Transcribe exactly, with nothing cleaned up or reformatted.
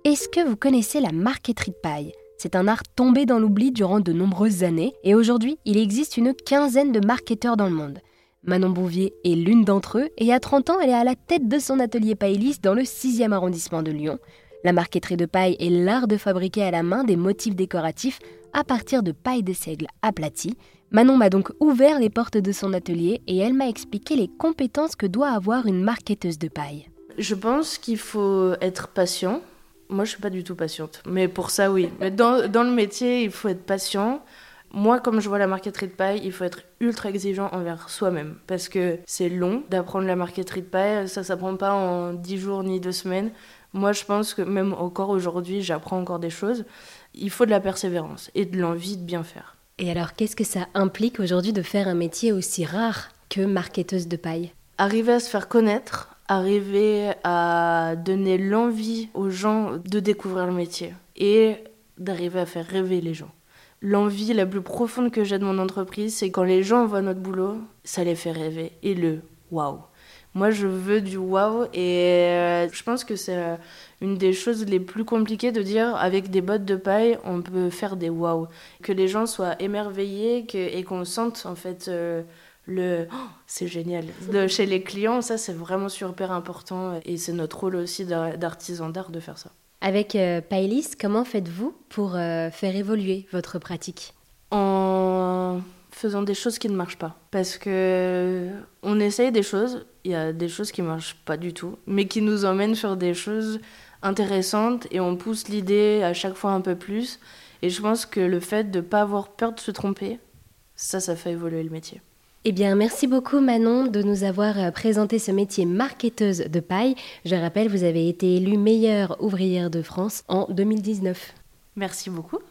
Est-ce que vous connaissez la marqueterie de paille ? C'est un art tombé dans l'oubli durant de nombreuses années et aujourd'hui, il existe une quinzaine de marketeurs dans le monde. Manon Bouvier est l'une d'entre eux et à trente ans, elle est à la tête de son atelier Paillis dans le sixième arrondissement de Lyon. La marqueterie de paille est l'art de fabriquer à la main des motifs décoratifs à partir de paille de seigle aplatie. Manon m'a donc ouvert les portes de son atelier et elle m'a expliqué les compétences que doit avoir une marqueteuse de paille. Je pense qu'il faut être patient. Moi, je suis pas du tout patiente, mais pour ça, oui. Mais dans, dans le métier, il faut être patient. Moi, comme je vois la marqueterie de paille, il faut être ultra exigeant envers soi-même. Parce que c'est long d'apprendre la marqueterie de paille. Ça ne s'apprend pas en dix jours ni deux semaines. Moi, je pense que même encore aujourd'hui, j'apprends encore des choses. Il faut de la persévérance et de l'envie de bien faire. Et alors, qu'est-ce que ça implique aujourd'hui de faire un métier aussi rare que marqueteuse de paille ? Arriver à se faire connaître, arriver à donner l'envie aux gens de découvrir le métier et d'arriver à faire rêver les gens. L'envie la plus profonde que j'ai de mon entreprise, c'est quand les gens voient notre boulot, ça les fait rêver. Et le waouh. Moi, je veux du waouh et euh, je pense que c'est euh, une des choses les plus compliquées de dire avec des bottes de paille, on peut faire des waouh. Que les gens soient émerveillés que, et qu'on sente en fait euh, le oh, c'est génial. De, chez les clients, ça c'est vraiment super important et c'est notre rôle aussi d'artisan d'art de faire ça. Avec euh, Paillis, comment faites-vous pour euh, faire évoluer votre pratique ? En faisant des choses qui ne marchent pas. Parce que on essaye des choses, il y a des choses qui ne marchent pas du tout, mais qui nous emmènent sur des choses intéressantes et on pousse l'idée à chaque fois un peu plus. Et je pense que le fait de ne pas avoir peur de se tromper, ça, ça fait évoluer le métier. Eh bien, merci beaucoup Manon de nous avoir présenté ce métier marqueteuse de paille. Je rappelle, vous avez été élue meilleure ouvrière de France en deux mille dix-neuf. Merci beaucoup.